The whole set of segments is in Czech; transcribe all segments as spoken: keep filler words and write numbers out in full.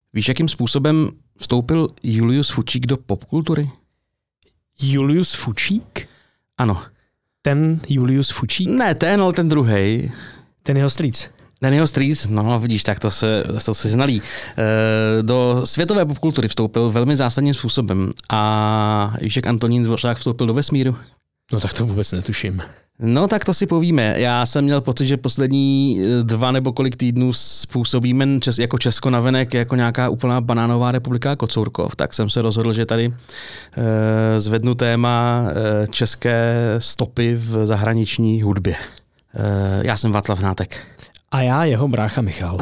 Víš, jakým způsobem vstoupil Julius Fučík do popkultury? Julius Fučík? Ano. Ten Julius Fučík? Ne, ten, ale ten druhej. Ten jeho strýc. Ten jeho strýc, no vidíš, tak to se, to se znalí. E, do světové popkultury vstoupil velmi zásadním způsobem. A víš, jak Antonín Dvořák vstoupil do vesmíru? No tak to vůbec netuším. No tak to si povíme. Já jsem měl pocit, že poslední dva nebo kolik týdnů způsobíme jako Česko navenek jako nějaká úplná banánová republika Kocourkov, tak jsem se rozhodl, že tady e, zvednu téma e, české stopy v zahraniční hudbě. E, já jsem Václav Hnátek. A já jeho brácha Michal.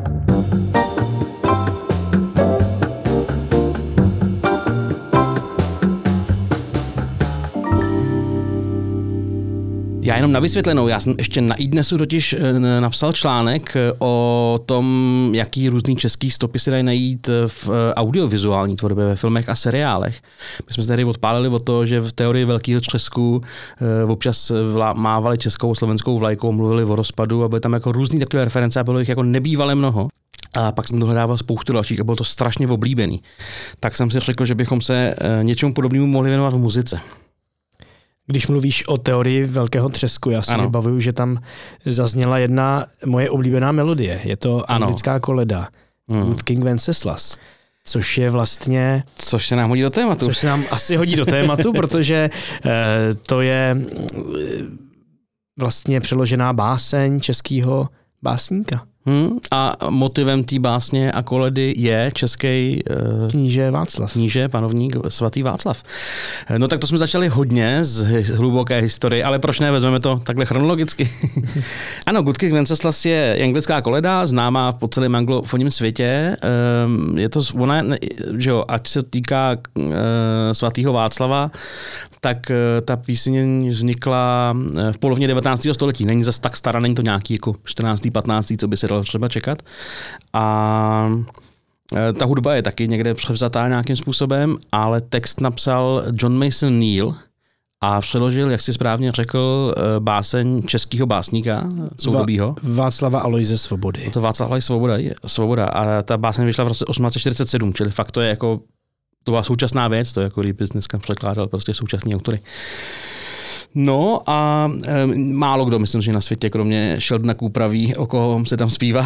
Já jenom na vysvětlenou, já jsem ještě na iDnesu totiž napsal článek o tom, jaký různý český stopy se dají najít v audiovizuální tvorbě, ve filmech a seriálech. My jsme se tady odpálili o to, že v teorii velkého třesku občas mávali českou a slovenskou vlajkou, mluvili o rozpadu a byly tam jako různý takové reference a bylo jich jako nebývale mnoho. A pak jsem dohledával spoustu dalších a bylo to strašně oblíbený. Tak jsem si řekl, že bychom se něčemu podobnému mohli věnovat v muzice. Když mluvíš o teorii velkého třesku, já si ano. vybavuju, že tam zazněla jedna moje oblíbená melodie. Je to anglická ano. koleda. Hmm. Good King Wenceslas. Což je vlastně... Což se nám hodí do tématu. Což se nám asi hodí do tématu, protože eh, to je vlastně přeložená báseň českého básníka. Hmm, a motivem té básně a koledy je český uh, kníže Václav. Kníže, panovník svatý Václav. No tak to jsme začali hodně z hluboké historie, ale proč ne, vezmeme to takhle chronologicky. Ano, Good King Wenceslas je anglická koleda, známá po celém anglofonním světě. Um, je to, ona, že jo, ať se týká uh, svatého Václava, tak uh, ta píseň vznikla v polovině devatenáctého století. Není zas tak stará, není to nějaký jako čtrnáctý patnáctý co by se dalo třeba čekat. A ta hudba je taky někde převzatá nějakým způsobem, ale text napsal John Mason Neal a přeložil, jak si správně řekl, báseň českého básníka soudobýho. Václava Aloise Svobody. To Václav Alois Svoboda, Svoboda. A ta báseň vyšla v roce osmnáct set čtyřicet sedm, čili fakt to je jako, to byla současná věc, to je jako kdyby dneska překládal prostě současný autory. No a e, málo kdo, myslím, že na světě, kromě Sheldona Coopera ví, o koho se tam zpívá,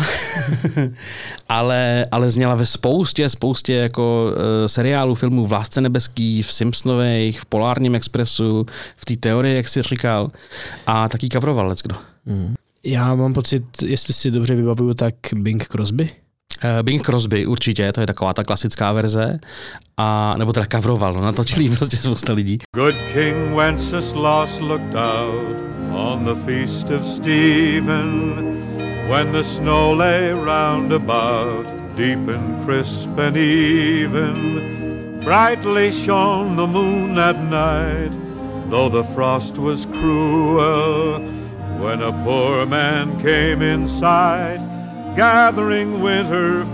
ale, ale zněla ve spoustě, spoustě jako e, seriálů, filmů v Lásce nebeský, v Simpsonových, v Polárním expresu, v té teorii, jak jsi říkal, a taky coveroval leckdo. Mm. Já mám pocit, jestli si dobře vybavuju, tak Bing Crosby? Uh, Bing Crosby určitě, to je taková ta klasická verze, a, nebo teda coveroval, no, natočili prostě spousta lidí. Good King Wenceslas looked out on the feast of Stephen, when the snow lay round about, deep and crisp and even. Brightly shone the moon that night, though the frost was cruel, when a poor man came inside, gathering winter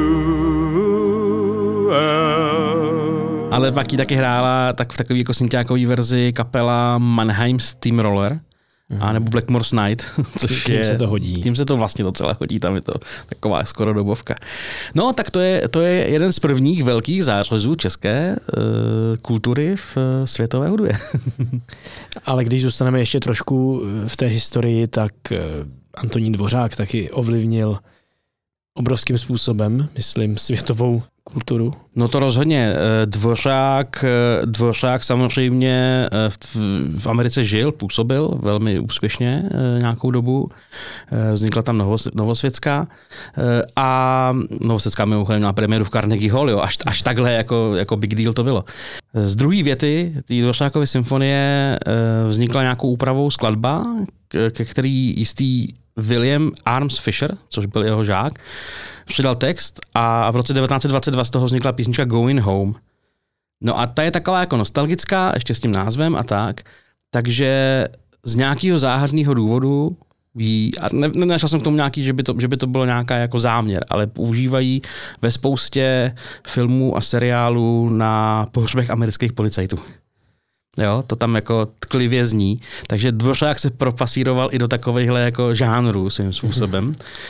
fuel. Ale pak ji taky hrála tak v takový jako synťákový verzi kapela Mannheim Steamroller, mm. a nebo Blackmore's Night, což tím je, se to hodí. Tím se to vlastně docela hodí, tam je to taková skoro dobovka. No tak to je, to je jeden z prvních velkých zářezů české uh, kultury v uh, světové hudbě. Ale když zůstaneme ještě trošku v té historii, tak uh, Antonín Dvořák taky ovlivnil obrovským způsobem, myslím, světovou kulturu. No to rozhodně. Dvořák, Dvořák samozřejmě v, v Americe žil, působil velmi úspěšně nějakou dobu. Vznikla tam novos, Novosvětská a Novosvětská mimochodem měla premiéru v Carnegie Hall, jo, až, až takhle jako, jako big deal to bylo. Z druhé věty té Dvořákovy symfonie vznikla nějakou úpravou skladba, ke který jistý William Arms Fisher, což byl jeho žák, přidal text a v roce devatenáct set dvacet dva z toho vznikla písnička Going Home. No a ta je taková jako nostalgická, ještě s tím názvem a tak, takže z nějakého záhadného důvodu jí, a ne, nenašel jsem k tomu nějaký, že by to, že by to bylo nějaká jako záměr, ale používají ve spoustě filmů a seriálů na pohřbech amerických policajtů. Jo, to tam jako tklivě zní. Takže Dvořák se propasíroval i do takovejhle jako žánru svým způsobem.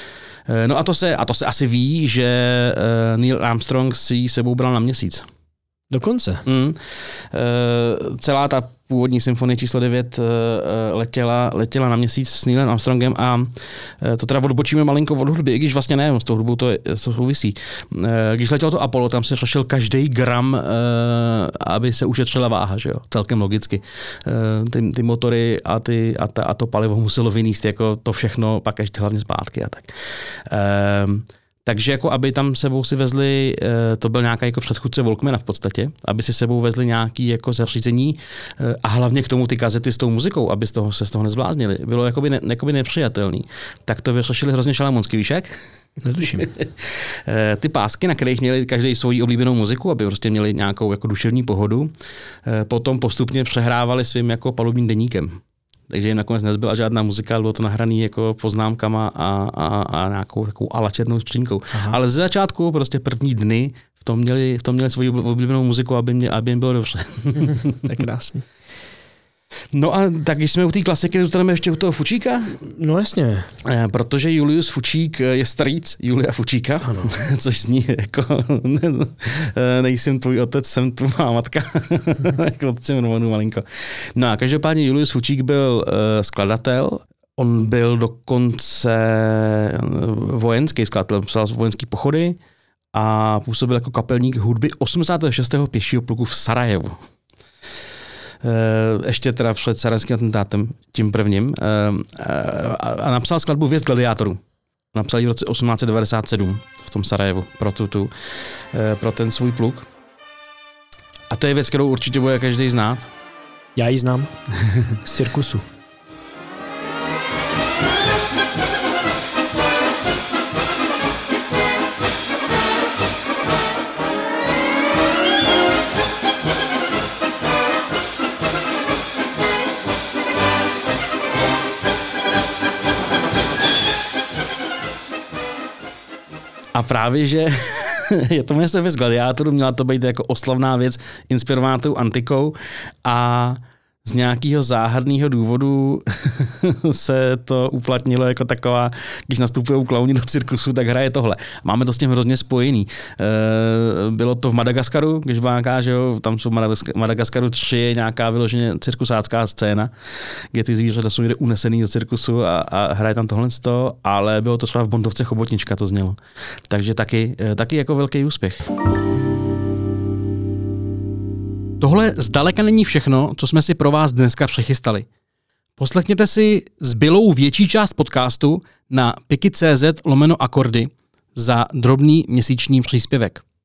No a to se, a to se asi ví, že Neil Armstrong si ji sebou bral na měsíc. Dokonce. Mm. Celá ta původní symfonie číslo devět letěla, letěla na měsíc s Neilem Armstrongem a to teda odbočíme malinko od hudby, i když vlastně ne, s tou hudbou to, to souvisí. Když letělo to Apollo, tam se řešil každý gram, aby se ušetřila váha, že jo? Celkem logicky. Ty, ty motory a, ty, a, ta, a to palivo muselo vynést jako to všechno, pak ještě hlavně zpátky a tak. Takže jako aby tam sebou si vezli, to byl nějaký jako předchůdce Walkmana v podstatě, aby si sebou vezli nějaký jako zařízení a hlavně k tomu ty kazety s tou muzikou, aby z toho, se z toho nezbláznili. Bylo jakoby, ne, jakoby nepřijatelný. Tak to vyřešili hrozně šalamounský, víš jak? Netuším. Ty pásky, na kterých měli každý svoji oblíbenou muziku, aby prostě měli nějakou jako duševní pohodu, potom postupně přehrávali svým jako palubním deníkem. Takže jim nakonec nezbyla žádná muzika, bylo to nahraný jako poznámkama a, a, a nějakou takovou ala černou skřínkou. Aha. Ale ze začátku, prostě první dny, v tom měli, v tom měli svoji oblíbenou muziku, aby, mě, aby jim bylo dobře. Tak krásný. No a tak když jsme u té klasiky, zůstaneme ještě u toho Fučíka? No jasně. E, protože Julius Fučík je strýc Julia Fučíka, ano. Což zní jako ne, nejsem tvůj otec, jsem tvá matka. Jako otec jsem jmenovaný malinko. No a každopádně Julius Fučík byl uh, skladatel, on byl dokonce vojenský skladatel, psal vojenský pochody a působil jako kapelník hudby osmdesátého šestého pěšího pluku v Sarajevu. Ještě teda před sarajevským atentátem, tím prvním, a napsal skladbu Věst gladiátorů. Napsal ji v roce osmnáct set devadesát sedm v tom Sarajevu pro, tu, tu, pro ten svůj pluk. A to je věc, kterou určitě bude každý znát. Já ji znám. Z cirkusu. A právě, že je to město Věst gladiátorů, měla to být jako oslavná věc inspirovaná tou antikou a z nějakého záhadného důvodu se to uplatnilo jako taková, když nastupují klauni do cirkusu, tak hraje tohle. Máme to s tím hrozně spojený. Bylo to v Madagaskaru, když byla nějaká, že jo, tam jsou v Madagaskaru tři, je nějaká vyloženě cirkusácká scéna, kde ty zvířata jsou někde unesený do cirkusu a, a hraje tam tohle z toho, ale bylo to třeba v Bondovce Chobotnička, to znělo. Takže taky, taky jako velký úspěch. Tohle zdaleka není všechno, co jsme si pro vás dneska přechystali. Poslechněte si zbylou větší část podcastu na piky tečka cz lomeno akordy za drobný měsíční příspěvek.